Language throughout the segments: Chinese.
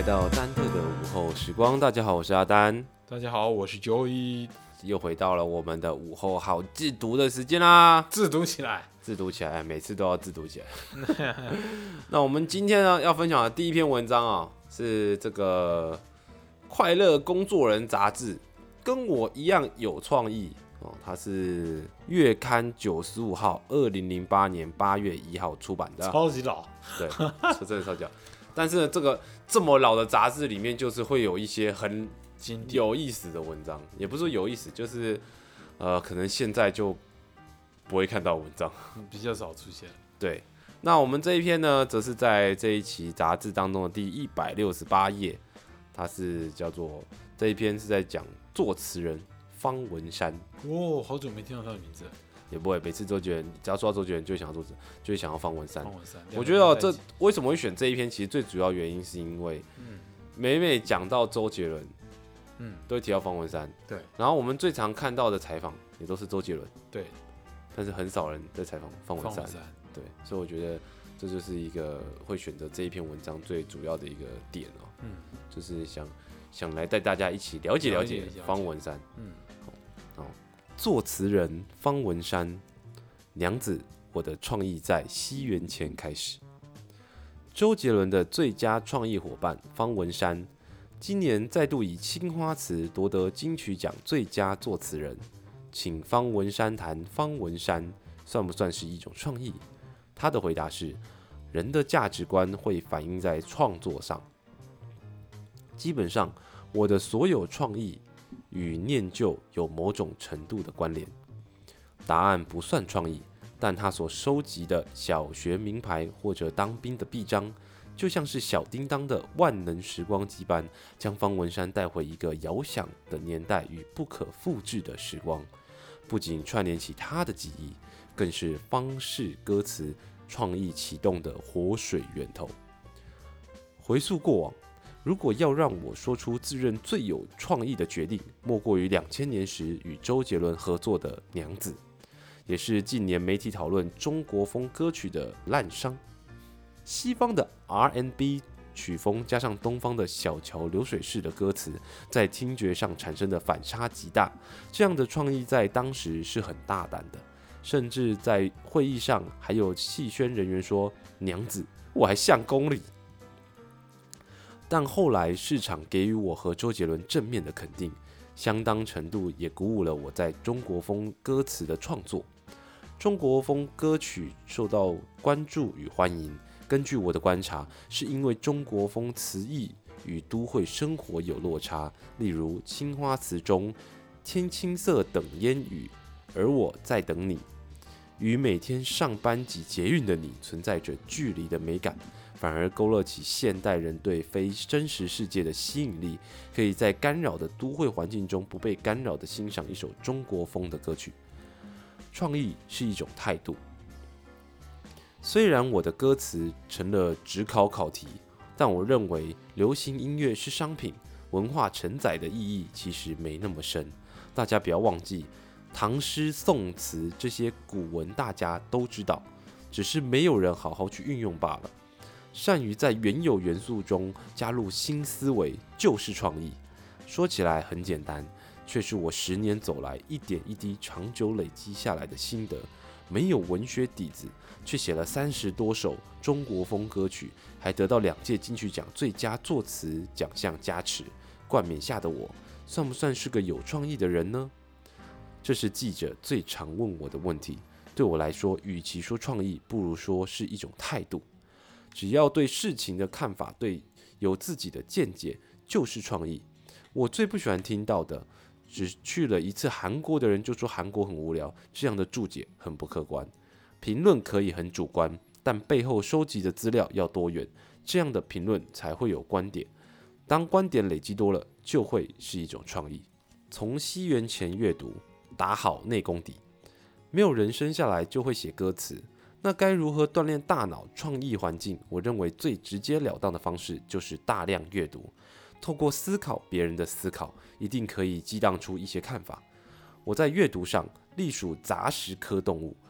到丹特的午后时光。大家好，我是阿丹。 大家好，我是 Joey。 又回到了我们的午后好自读的时间啦！ 自读起来， 自读起来，每次都要自读起来。那我们今天呢要分享的第一篇文章啊，是这个《快乐工作人》杂志，跟我一样有创意哦。它是月刊95号，2008年8月1号出版的， 超级老。 对，真的超级老。但是呢，这么老的杂志里面，就是会有一些很有意思的文章，也不是说有意思，就是可能现在就不会看到文章， 比较少出现。 对，那我们这一篇呢，则是在这一期杂志当中的第168页，它是叫做这一篇是在讲作词人方文山。 哦，好久没听到他的名字。 也不会，每次周杰伦只要说到周杰伦，就会想要作词，就会想要方文山。我觉得这为什么会选这一篇，其实最主要原因是因为，每讲到周杰伦，都会提到方文山。 对。 然后我们最常看到的采访也都是周杰伦。 对。 但是很少人在采访方文山。对，所以我觉得这就是一个会选择这一篇文章最主要的一个点哦。就是想来带大家一起了解方文山。好。作词人方文山，娘子，我的创意在西元前开始。周杰伦的最佳创意伙伴方文山，今年再度以青花瓷夺得金曲奖最佳作词人，请方文山谈方文山算不算是一种创意？他的回答是：人的价值观会反映在创作上。基本上，我的所有创意与念旧有某种程度的关联。答案不算创意，但他所收集的小学名牌或者当兵的臂章，就像是小叮当的万能时光机般，将方文山带回一个遥想的年代与不可复制的时光。不仅串联起他的记忆，更是方式歌词创意启动的活水源头。回溯过往，如果要让我说出自认最有创意的决定，莫过于2000年时与周杰伦合作的《娘子》，也是近年媒体讨论中国风歌曲的滥觞。西方的 R&B 曲风加上东方的小桥流水式的歌词，在听觉上产生的反差极大。这样的创意在当时是很大胆的，甚至在会议上还有戏宣人员说：“娘子，我还像公里。”但后来市场给予我和周杰伦正面的肯定，相当程度也鼓舞了我在中国风歌词的创作。中国风歌曲受到关注与欢迎，根据我的观察，是因为中国风词义与都会生活有落差。例如青花瓷中天青色等烟雨，而我在等你，与每天上班挤捷运的你存在着距离的美感，反而勾勒起现代人对非真实世界的吸引力，可以在干扰的都会环境中不被干扰地欣赏一首中国风的歌曲。创意是一种态度。虽然我的歌词成了指考题，但我认为流行音乐是商品，文化承载的意义其实没那么深。大家不要忘记，唐诗宋词这些古文大家都知道，只是没有人好好去运用罢了。善于在原有元素中加入新思维，就是创意。说起来很简单，却是我10年走来一点一滴长久累积下来的心得。没有文学底子，却写了30多首中国风歌曲，还得到2届金曲奖最佳作词奖项加持，冠冕下的我，算不算是个有创意的人呢？这是记者最常问我的问题。对我来说，与其说创意，不如说是一种态度。只要对事情的看法有自己的见解，就是创意。我最不喜欢听到的，只去了一次韩国的人就说韩国很无聊，这样的注解很不客观。评论可以很主观，但背后收集的资料要多元，这样的评论才会有观点。当观点累积多了，就会是一种创意。从西元前阅读，打好内功底。没有人生下来就会写歌词，那该如何锻炼大脑创意环境？我认为最直截了当的方式就是大量阅读。透过思考别人的思考，一定可以激荡出一些看法。我在阅读上隶属杂食科动物，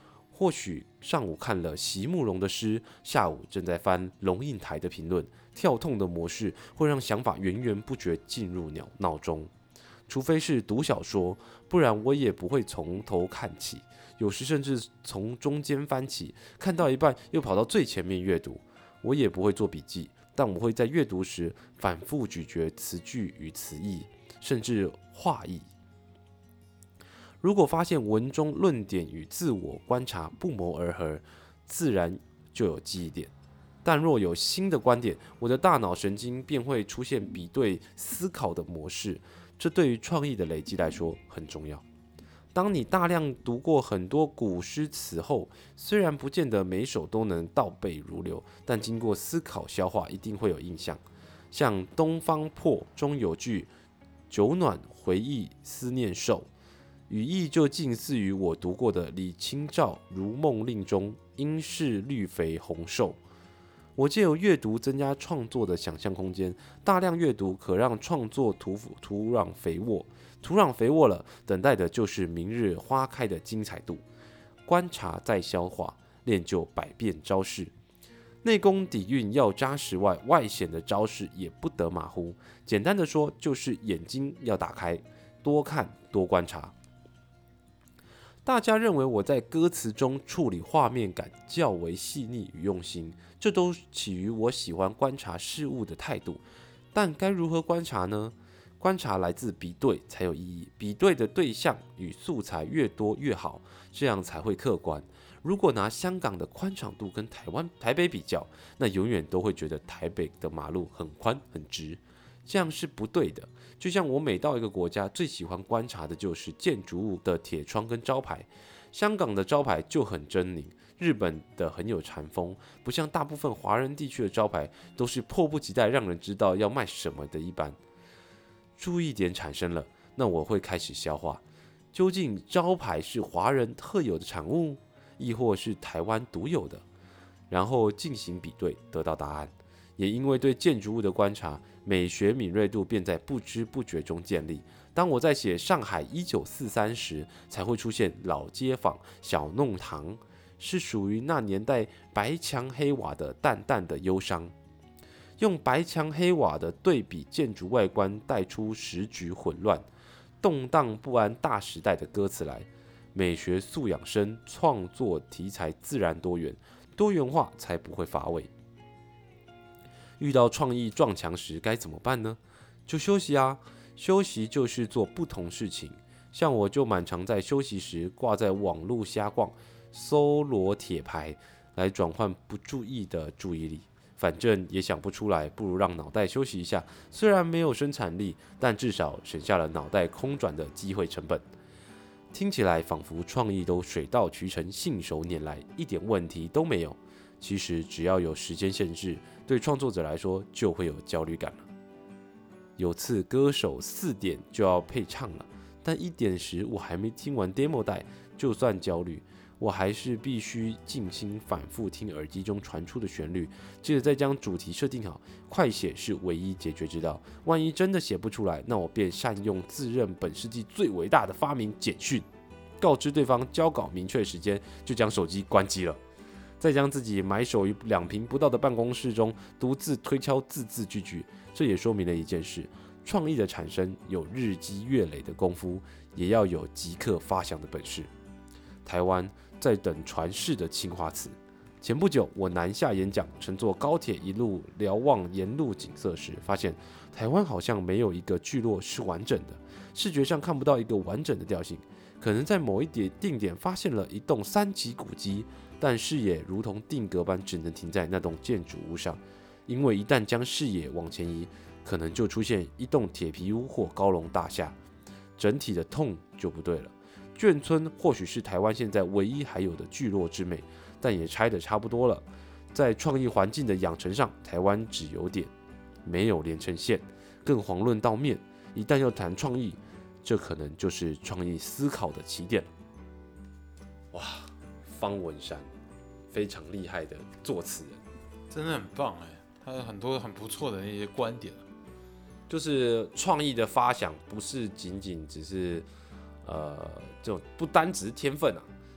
或许上午看了席慕容的诗，下午正在翻龙应台的评论，跳痛的模式会让想法源源不绝进入脑中。除非是读小说，不然我也不会从头看起，有时甚至从中间翻起，看到一半又跑到最前面阅读。我也不会做笔记，但我会在阅读时反复咀嚼词句与词义，甚至话义。如果发现文中论点与自我观察不谋而合，自然就有记忆点。但若有新的观点，我的大脑神经便会出现比对思考的模式，这对于创意的累积来说很重要。当你大量读过很多古诗词后，虽然不见得每首都能倒背如流，但经过思考消化，一定会有印象。像《东方破》中有句“酒暖回忆思念瘦”，语义就近似于我读过的李清照《如梦令》中“应是绿肥红瘦”。我借由阅读增加创作的想象空间，大量阅读可让创作土壤肥沃，土壤肥沃了，等待的就是明日花开的精彩度。观察再消化，练就百变招式。内功底蕴要扎实外显的招式也不得马虎。简单的说，就是眼睛要打开，多看多观察。大家认为我在歌词中处理画面感较为细腻与用心，这都起于我喜欢观察事物的态度。但该如何观察呢？观察来自比对才有意义，比对的对象与素材越多越好，这样才会客观。如果拿香港的宽敞度跟台北比较，那永远都会觉得台北的马路很宽很直，这样是不对的。就像我每到一个国家，最喜欢观察的就是建筑物的铁窗跟招牌。香港的招牌就很狰狞，日本的很有禅风，不像大部分华人地区的招牌都是迫不及待让人知道要卖什么的一般。注意点产生了，那我会开始消化，究竟招牌是华人特有的产物，亦或是台湾独有的，然后进行比对，得到答案。也因为对建筑物的观察，美学敏锐度便在不知不觉中建立。当我在写上海1943时，才会出现老街坊、小弄堂，是属于那年代白墙黑瓦的淡淡的忧伤。用白墙黑瓦的对比建筑外观，带出时局混乱、动荡不安大时代的歌词来。美学素养深，创作题材自然多元，多元化才不会乏味。遇到创意撞墙时该怎么办呢？就休息啊，休息就是做不同事情。像我就蛮常在休息时挂在网路瞎逛，搜罗铁牌来转换不注意的注意力。反正也想不出来，不如让脑袋休息一下。虽然没有生产力，但至少省下了脑袋空转的机会成本。听起来仿佛创意都水到渠成、信手拈来，一点问题都没有。其实只要有时间限制，对创作者来说就会有焦虑感了。有次歌手4点就要配唱了，但1点时我还没听完 demo 带，就算焦虑，我还是必须静心反复听耳机中传出的旋律，接着再将主题设定好。快写是唯一解决之道，万一真的写不出来，那我便善用自认本世纪最伟大的发明——简讯，告知对方交稿明确时间，就将手机关机了。再将自己埋首于2坪不到的办公室中，独自推敲字字句句。这也说明了一件事：创意的产生有日积月累的功夫，也要有即刻发想的本事。台湾在等传世的青花瓷。前不久，我南下演讲，乘坐高铁一路瞭望沿路景色时，发现台湾好像没有一个聚落是完整的，视觉上看不到一个完整的调性。可能在某一定点发现了一栋3级古迹，但视野如同定格般只能停在那栋建筑物上，因为一旦将视野往前移，可能就出现一栋铁皮屋或高楼大厦，整体的痛就不对了。眷村或许是台湾现在唯一还有的聚落之美，但也拆得差不多了。在创意环境的养成上，台湾只有点，没有连成线，更遑论到面。一旦要谈创意，这可能就是创意思考的起点了。哇，方文山，非常厉害的作词人， 真的很棒哎，他有很多很不错的一些观点。 就是创意的发想，不是仅仅只是这种不单只是天分啊，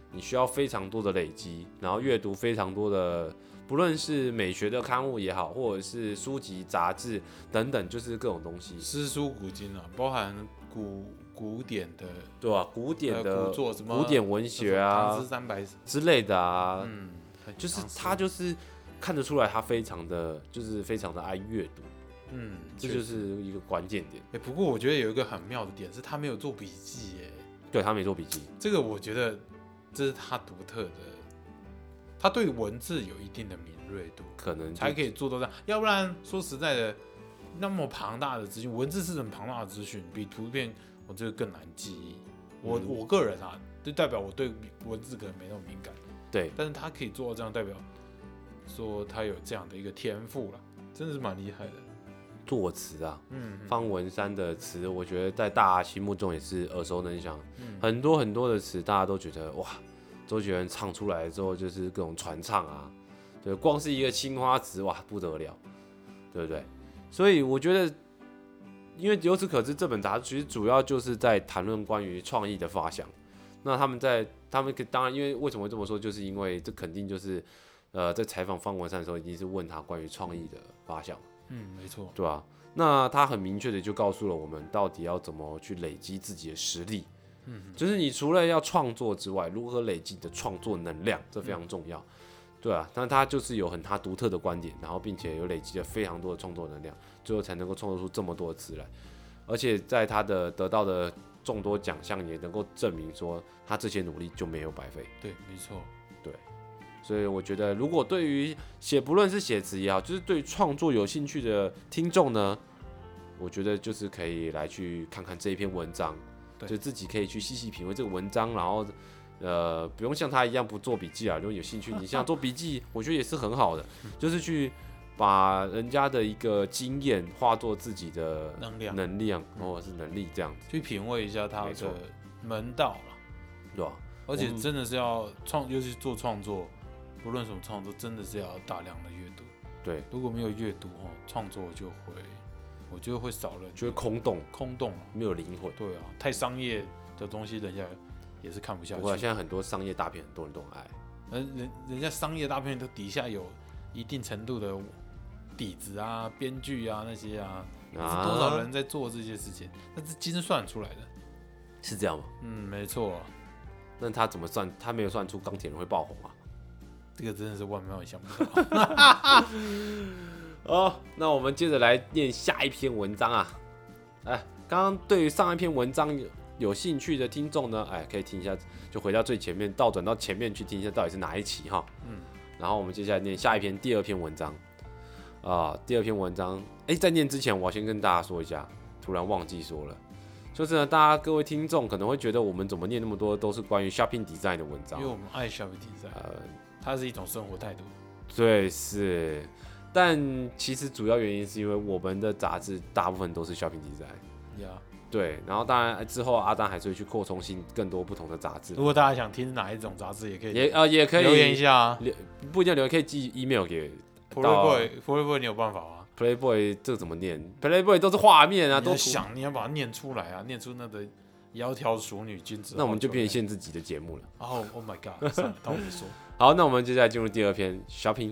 你需要非常多的累积，然后阅读非常多的，不论是美学的刊物也好，或者是书籍、杂志等等，就是各种东西。 诗书古今啊，包含古典的， 对吧？古典的古作什么古典文学啊， 唐诗300 之类的啊，就是唐诗他就是看得出来，他非常的爱阅读。这就是一个关键点。 不过我觉得有一个很妙的点是，他没有做笔记耶。 对，他没做笔记， 这个我觉得这是他独特的，他对文字有一定的敏锐度， 可能才可以做到这样。要不然说实在的，那么庞大的资讯，文字是很庞大的资讯，比图片我这个更难记忆。我个人啊，就代表我对文字可能没那么敏感。 对， 但是他可以做到这样，代表说他有这样的一个天赋了，真的是蛮厉害的。 作词啊，方文山的词，我觉得在大家心目中也是耳熟能详。很多很多的词，大家都觉得哇，周杰伦唱出来之后就是各种传唱啊，对，光是一个青花瓷哇不得了，对不对？所以我觉得，因为由此可知，这本杂志其实主要就是在谈论关于创意的发想。那他们当然，因为为什么会这么说，就是因为这肯定就是在采访方文山的时候，一定是问他关于创意的发想。 没错， 对啊，那他很明确的就告诉了我们，到底要怎么去累积自己的实力。就是你除了要创作之外，如何累积你的创作能量，这非常重要。对啊，但他就是有他独特的观点，然后并且有累积了非常多的创作能量，最后才能够创作出这么多的词来。而且在他的得到的众多奖项，也能够证明说他这些努力就没有白费。 对，没错， 对。所以我觉得，如果对于不论是写词也好，就是对创作有兴趣的听众呢，我觉得就是可以来去看看这一篇文章，就自己可以去细细品味这个文章，然后不用像他一样不做笔记啊。如果有兴趣，你想做笔记，我觉得也是很好的，就是去把人家的一个经验化作自己的能量或者是能力，这样子去品味一下他的门道了， 对吧？ 而且真的是要尤其是做创作。不论什么创作，真的是要大量的阅读。 对， 如果没有阅读创作我觉得会少了， 就会空洞了， 没有灵魂。 对啊，太商业的东西，人家也是看不下去。 不过现在很多商业大片，很多人都很爱。 人家商业大片都底下有一定程度的底子啊、编剧啊那些啊，是多少人在做这些事情？那是精算出来的， 是这样吗？ 没错。 那他怎么算？他没有算出钢铁人会爆红啊？ 这个真的是万万想不到。 那我们接着来念下一篇文章啊。刚刚对于上一篇文章有兴趣的听众呢，可以听一下，就回到最前面，倒转到前面去听一下到底是哪一期哈。然后我们接下来念下一篇第二篇文章。第二篇文章，在念之前，我要先跟大家说一下，突然忘记说了。就是呢，各位听众可能会觉得我们怎么念那么多都是关于 shopping design 的文章， 因为我们爱 shopping design，它是一种生活态度。 对，是，但其实主要原因是因为我们的杂志大部分都是 shopping design。对，然后当然之后阿丹还是会去扩充新更多不同的杂志。 如果大家想听哪一种杂志，也可以也可以留言一下啊， 不一定留言，可以寄 email 给 Playboy， 你有办法吗？ Playboy 这个怎么念 ？Playboy 都是画面啊， 你要把它念出来啊，念出那个窈窕淑女君子。 那我们就变现自己的节目了。 Oh my god！ 算了，当我没说。 好，那我们接下来进入第二篇 Shopping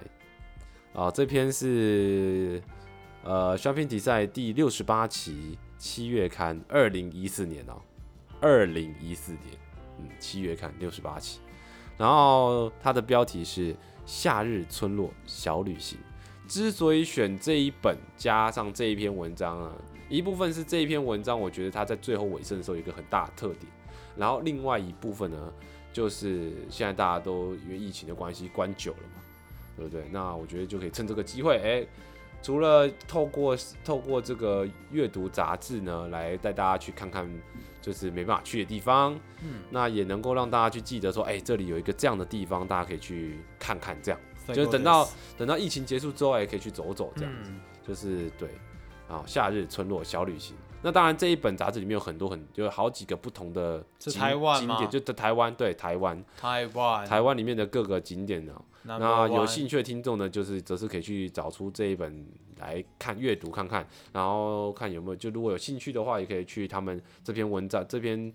Design。这篇是Shopping Design 第68期7月刊，2014年2014年，7月刊68期。然后它的标题是夏日村落小旅行。之所以选这一本加上这一篇文章一部分是这一篇文章，我觉得它在最后尾声的时候有一个很大的特点。然后另外一部分呢，就是现在大家都因为疫情的关系关久了嘛，对不对？那我觉得就可以趁这个机会，除了透过这个阅读杂志呢，来带大家去看看就是没办法去的地方，那也能够让大家去记得说，这里有一个这样的地方，大家可以去看看，这样就是等到疫情结束之后，也可以去走走，这样子，就是对，夏日村落小旅行。那当然这一本杂志里面有很多有好几个不同的景点，就台湾，对，台湾里面的各个景点那有兴趣的听众呢，则是可以去找出这一本来阅读看看，然后看有没有，就如果有兴趣的话，也可以去他们这篇文章这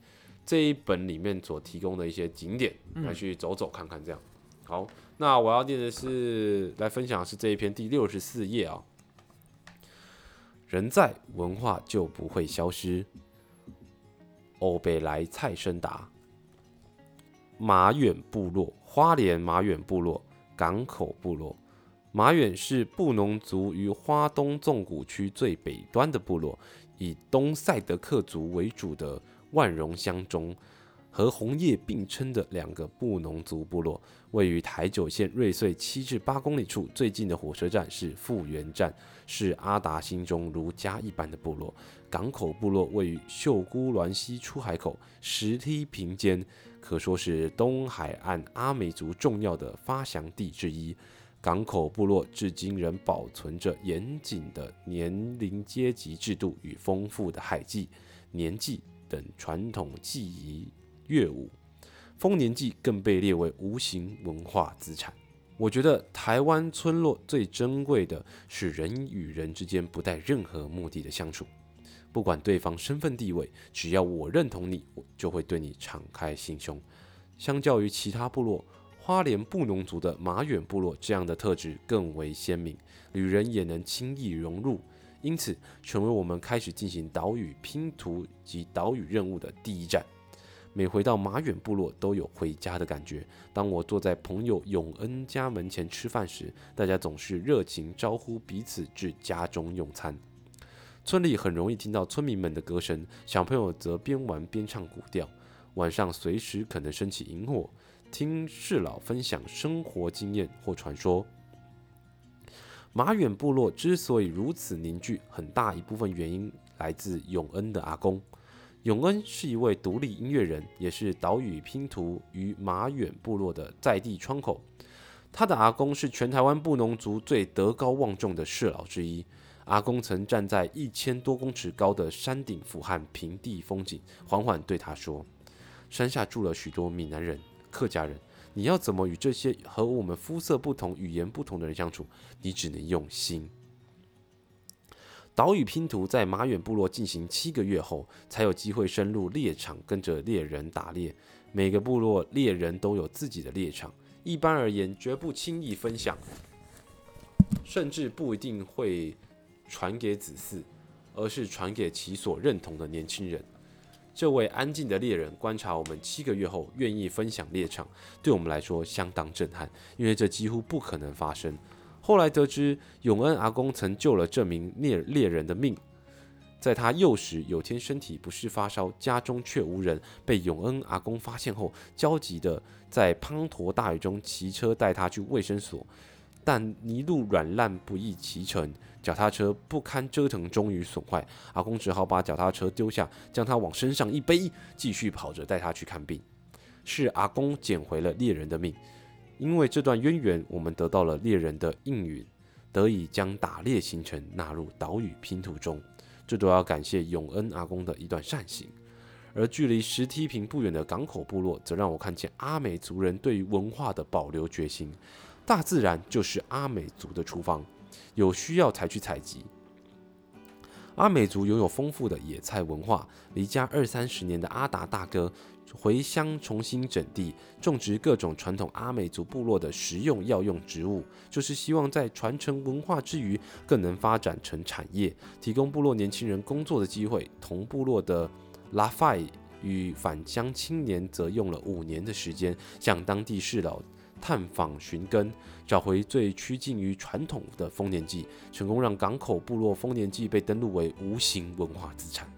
这一本里面所提供的一些景点来去走走看看这样。好，那我要念的是来分享的是这一篇第64页啊。人在，文化就不会消失。欧北来蔡生达，马远部落，花莲马远部落，港口部落。马远是布农族于花东纵谷区最北端的部落，以东赛德克族为主的万荣乡中和红叶并称的2个布农族部落，位于台九线瑞穗7至8公里处。最近的火车站是富源站，是阿达心中如家一般的部落。港口部落位于秀姑峦溪出海口石梯坪间，可说是东海岸阿美族重要的发祥地之一。港口部落至今仍保存着严谨的年龄阶级制度与丰富的海祭、年祭等传统技艺乐舞，丰年祭更被列为无形文化资产。我觉得台湾村落最珍贵的是人与人之间不带任何目的的相处，不管对方身份地位，只要我认同你，我就会对你敞开心胸。相较于其他部落，花莲布农族的马远部落这样的特质更为鲜明，旅人也能轻易融入，因此成为我们开始进行岛屿拼图及岛屿任务的第一站。每回到马远部落都有回家的感觉。当我坐在朋友永恩家门前吃饭时，大家总是热情招呼彼此至家中用餐。村里很容易听到村民们的歌声，小朋友则边玩边唱古调。晚上随时可能升起萤火，听世老分享生活经验或传说。马远部落之所以如此凝聚，很大一部分原因来自永恩的阿公。永恩是一位独立音乐人，也是岛屿拼图与马远部落的在地窗口。他的阿公是全台湾布农族最德高望重的世老之一。阿公曾站在1000多公尺高的山顶俯瞰平地风景，缓缓对他说：“山下住了许多闽南人、客家人，你要怎么与这些和我们肤色不同、语言不同的人相处？你只能用心。”岛屿拼图在马远部落进行7个月后，才有机会深入猎场，跟着猎人打猎。每个部落猎人都有自己的猎场，一般而言绝不轻易分享，甚至不一定会传给子嗣，而是传给其所认同的年轻人。这位安静的猎人观察我们7个月后，愿意分享猎场，对我们来说相当震撼，因为这几乎不可能发生。后来得知，永恩阿公曾救了这名猎人的命。在他幼时有天身体不适发烧，家中却无人，被永恩阿公发现后，焦急的在滂沱大雨中骑车带他去卫生所，但泥路软烂不易骑乘，脚踏车不堪折腾，终于损坏。阿公只好把脚踏车丢下，将他往身上一背，继续跑着带他去看病。是阿公捡回了猎人的命。因为这段渊源，我们得到了猎人的应允，得以将打猎行程纳入岛屿拼图中。这都要感谢永恩阿公的一段善行。而距离石梯坪不远的港口部落，则让我看见阿美族人对于文化的保留决心。大自然就是阿美族的厨房，有需要才去采集。阿美族拥有丰富的野菜文化，离家20-30年的阿达大哥回乡重新整地，种植各种传统阿美族部落的食用药用植物，就是希望在传承文化之余，更能发展成产业，提供部落年轻人工作的机会。同部落的拉法与返乡青年则用了5年的时间，向当地世老探访寻根，找回最趋近于传统的丰年祭，成功让港口部落丰年祭被登录为无形文化资产。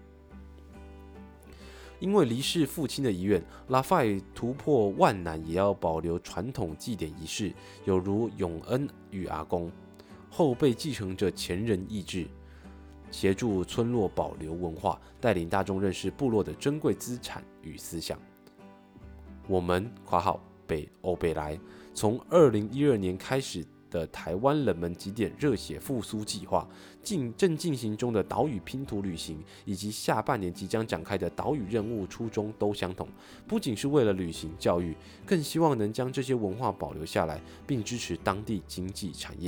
因为离世父亲的遗愿，拉法突破万难，也要保留传统祭典仪式，有如永恩与阿公，后辈继承着前人意志，协助村落保留文化，带领大众认识部落的珍贵资产与思想。我们（北欧北来）从2012年开始的台湾冷门景点热血复苏计划，正进行中的岛屿拼图旅行，以及下半年即将展开的岛屿任务初衷都相同，不仅是为了旅行教育，更希望能将这些文化保留下来，并支持当地经济产业。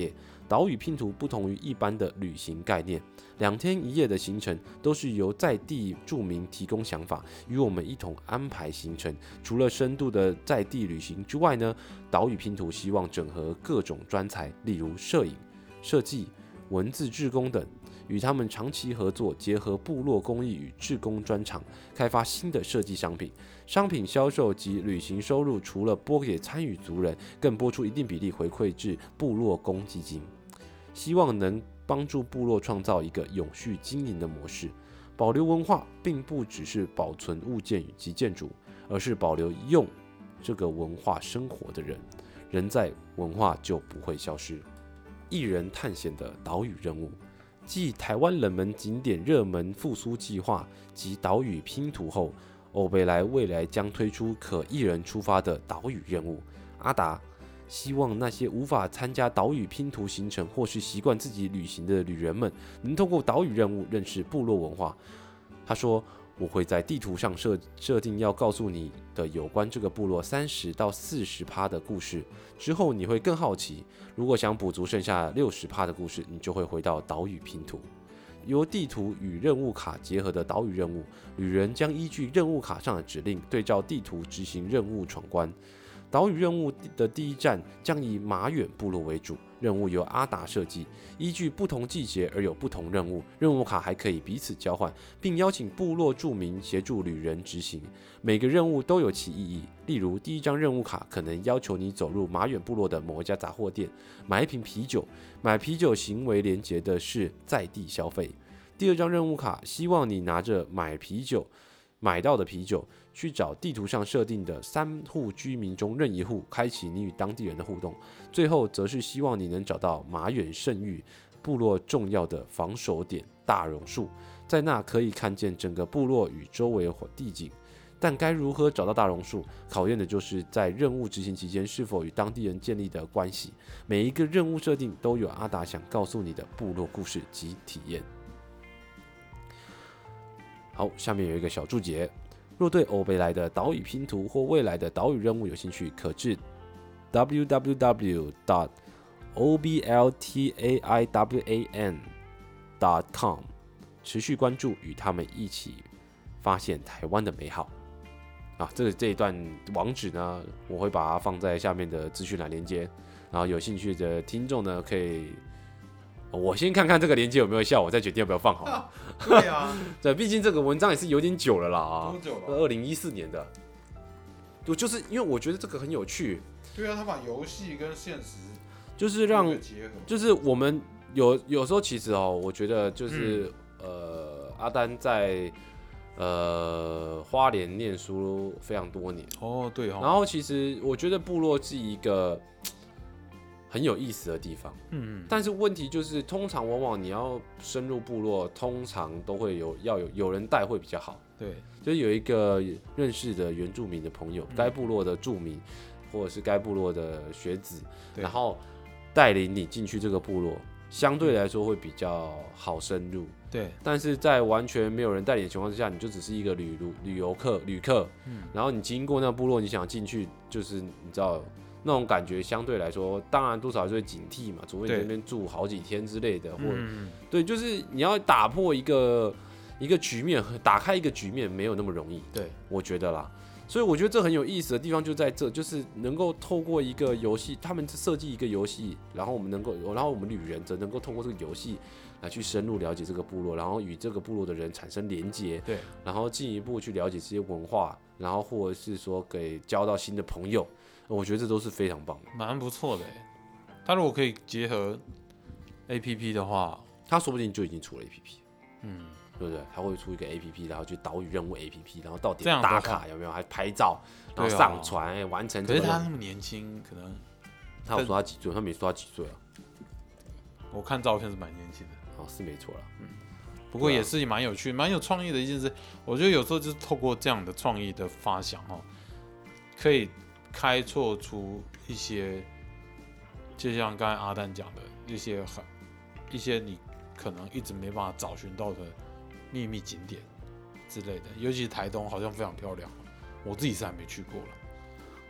岛屿拼图不同于一般的旅行概念，2天1夜的行程都是由在地住民提供想法，与我们一同安排行程。除了深度的在地旅行之外呢，岛屿拼图希望整合各种专才，例如摄影、设计、文字志工等，与他们长期合作，结合部落工艺与志工专长，开发新的设计商品。商品销售及旅行收入除了拨给参与族人，更拨出一定比例回馈至部落公基金，希望能帮助部落创造一个永续经营的模式。保留文化并不只是保存物件及建筑，而是保留用这个文化生活的人。人在，文化就不会消失。一人探险的岛屿任务，继台湾冷门景点热门复苏计划及岛屿拼图后，欧贝莱未来将推出可一人出发的岛屿任务。阿达希望那些无法参加岛屿拼图行程或是习惯自己旅行的旅人们，能透过岛屿任务认识部落文化。他说，我会在地图上设定要告诉你的有关这个部落30%到40%的故事，之后你会更好奇。如果想补足剩下60%的故事，你就会回到岛屿拼图。由地图与任务卡结合的岛屿任务，旅人将依据任务卡上的指令，对照地图执行任务闯关。岛屿任务的第一站将以马远部落为主，任务由阿达设计，依据不同季节而有不同任务，任务卡还可以彼此交换，并邀请部落住民协助旅人执行。每个任务都有其意义，例如第一张任务卡可能要求你走入马远部落的某一家杂货店，买一瓶啤酒，买啤酒行为连结的是在地消费。第二张任务卡希望你拿着买到的啤酒去找地图上设定的3户居民中任一户，开启你与当地人的互动。最后则是希望你能找到马远圣域部落重要的防守点大榕树，在那可以看见整个部落与周围地景。但该如何找到大榕树，考验的就是在任务执行期间是否与当地人建立的关系。每一个任务设定都有阿达想告诉你的部落故事及体验。好，下面有一个小注解。若对欧贝莱的岛屿拼图或未来的岛屿任务有兴趣，可至 www.obltaiwan.com 持续关注，与他们一起发现台湾的美好。这一段网址呢，我会把它放在下面的资讯栏连接，然后有兴趣的听众呢，可以我先看看这个连接有没有效，我再决定要不要放好了。 对啊， 对，毕竟这个文章也是有点久了啦， 多久了 ？2014年的。就是因为我觉得这个很有趣。 对啊，他把游戏跟现实就是让结合， 就是我们有时候其实我觉得就是阿丹在花莲念书非常多年对然后其实我觉得部落是一个很有意思的地方，但是问题就是通常往往你要深入部落，通常都会有人带会比较好。 对， 就是有一个认识的原住民的朋友，该部落的住民或者是该部落的学子，然后带领你进去这个部落，相对来说会比较好深入。 对， 但是在完全没有人带领的情况之下，你就只是一个旅客，然后你经过那个部落，你想进去，就是你知道那种感觉，相对来说，当然多少还是会警惕嘛，除非你在那边住好几天之类的，或对，就是你要打破一个局面，打开一个局面没有那么容易。 对， 我觉得啦。所以我觉得这很有意思的地方就在这，就是能够透过一个游戏，他们设计一个游戏，然后我们旅人则能够透过这个游戏来去深入了解这个部落，然后与这个部落的人产生连结， 对， 然后进一步去了解这些文化，然后或者是说给交到新的朋友，我觉得这都是非常棒的， 蛮不错的。他如果可以结合 APP 的话， 他说不定就已经出了 APP，对不对？他会出一个 APP， 然后去岛屿任务 APP， 然后到点打卡有没有？还拍照，然后上传，完成。 可是他那么年轻，可能他有说他几岁？他没说他几岁啊？ 我看照片是蛮年轻的， 是没错啦。 不过也是蛮有趣、蛮有创意的一件事。我觉得有时候就是透过这样的创意的发想可以开拓出一些，就像刚才阿丹讲的一些你可能一直没办法找寻到的秘密景点之类的，尤其是台东好像非常漂亮，我自己是还没去过了。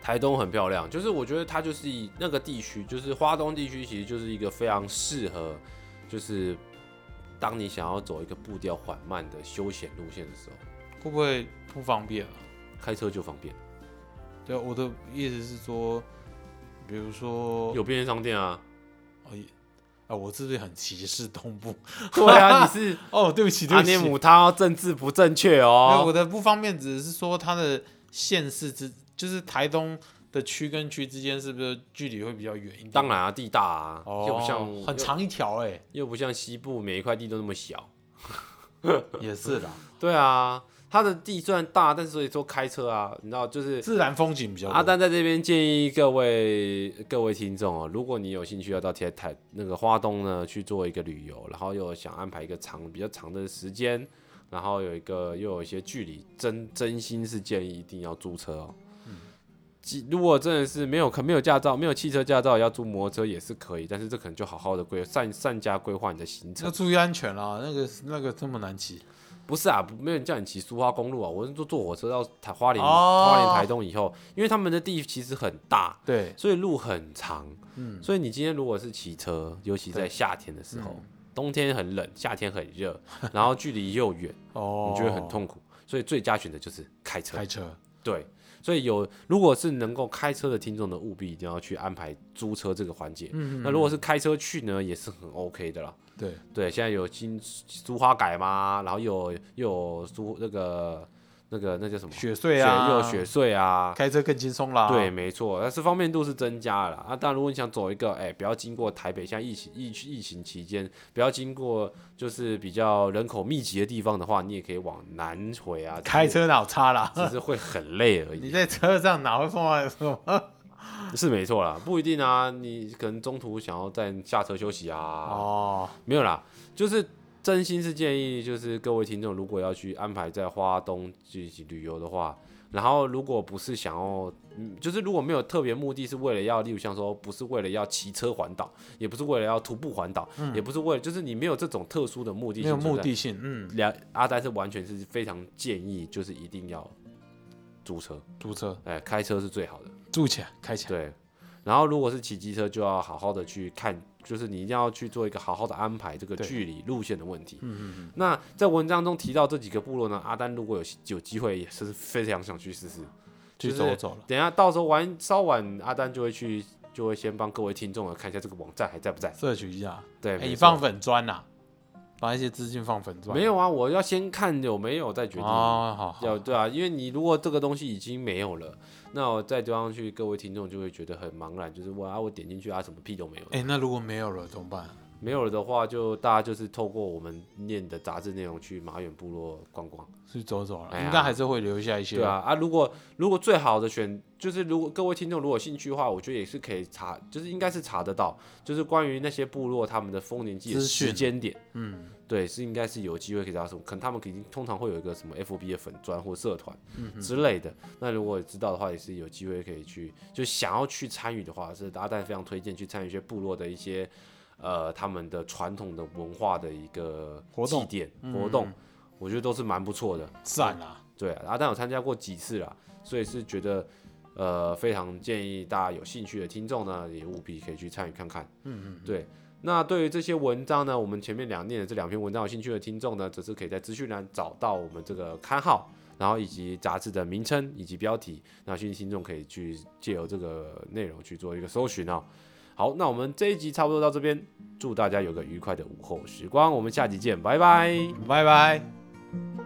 台东很漂亮，就是我觉得它就是那个地区，就是花东地区，其实就是一个非常适合，就是当你想要走一个步调缓慢的休闲路线的时候， 会不会不方便啊？ 开车就方便。 对，我的意思是说，比如说有便利商店啊。 我是不是很歧视东部？ 对啊，你是哦，对不起， 阿涅姆他政治不正确哦。 我的不方便只是说它的县市就是台东的区跟区之间是不是距离会比较远一点？ 当然啊，地大啊，又不像很长一条又不像西部每一块地都那么小。 也是啦。 对啊。它的地虽然大，但是所以说开车啊，你知道就是自然风景比较多。 阿丹在这边建议各位听众哦，如果你有兴趣要到那个花东呢去做一个旅游，然后又想安排一个比较长的时间，然后又有一些距离，真心是建议一定要租车哦。如果真的是没有驾照，没有汽车驾照，要租摩托车也是可以，但是这可能就好好的善加规划你的行程。 要注意安全啦，那个这么难骑。 不是啊，没有人叫你骑苏花公路啊，我是坐火车到花莲台东以后，因为他们的地其实很大， 对， 所以路很长，所以你今天如果是骑车，尤其在夏天的时候，冬天很冷，夏天很热，然后距离又远，你就会很痛苦，所以最佳选择就是开车。对，所以如果是能够开车的听众呢，务必一定要去安排租车这个环节。那如果是开车去呢，也是很 OK 的啦。对，现在有新苏花改嘛，然后又有那叫什么雪隧啊， 又有雪隧啊， 开车更轻松啦。 对，没错，但是方便度是增加了啦。当然，如果你想走一个，不要经过台北，像疫情期间，不要经过就是比较人口密集的地方的话，你也可以往南回啊。 开车哪有差啦？ 只是会很累而已。 你在车上哪会碰到什么？ 是没错啦，不一定啊，你可能中途想要再下车休息啊。没有啦，就是真心是建议，就是各位听众，如果要去安排在花东旅游的话，然后如果不是想要，就是如果没有特别目的是为了要，例如像说不是为了要骑车环岛，也不是为了要徒步环岛，也不是为了，就是你没有这种特殊的目的性， 没有目的性， 阿丹是完全是非常建议，就是一定要租车，开车是最好的。 租起来，开起来。 对，然后如果是骑机车，就要好好的去看，就是你一定要去做一个好好的安排这个距离路线的问题。那在文章中提到这几个部落呢，阿丹如果有机会，也是非常想去试试， 去走走了。 等一下到时候稍晚，阿丹就会先帮各位听众看一下这个网站还在不在， 摄取一下。 对， 你放粉专呐。把一些资讯放粉专。 没有啊，我要先看有没有再决定。 好， 对啊，因为你如果这个东西已经没有了，那我再丢上去，各位听众就会觉得很茫然，就是我点进去什么屁都没有。 那如果没有了怎么办？ 没有了的话，就大家就是透过我们念的杂志内容去马远部落逛逛， 去走走了，应该还是会留下一些。 对啊，如果最好的就是如果各位听众如果有兴趣的话，我觉得也是可以查，就是应该是查得到，就是关于那些部落他们的丰年祭的时间点，对，是应该是有机会可以知道什么，可能他们通常会有一个什么 FB 的粉专或社团之类的。那如果知道的话，也是有机会可以去，就想要去参与的话，是阿丹非常推荐去参与一些部落的一些他们的传统的文化的一个祭典活动，我觉得都是蛮不错的。 赞啦！ 对，阿丹有参加过几次啦，所以是觉得非常建议大家有兴趣的听众呢，也务必可以去参与看看。对。那对于这些文章呢，我们前面念的这2篇文章有兴趣的听众呢，则是可以在资讯栏找到我们这个刊号，然后以及杂志的名称以及标题，那有兴趣听众可以去借由这个内容去做一个搜寻哦。好，那我们这一集差不多到这边，祝大家有个愉快的午后时光，我们下集见，拜拜， 拜拜。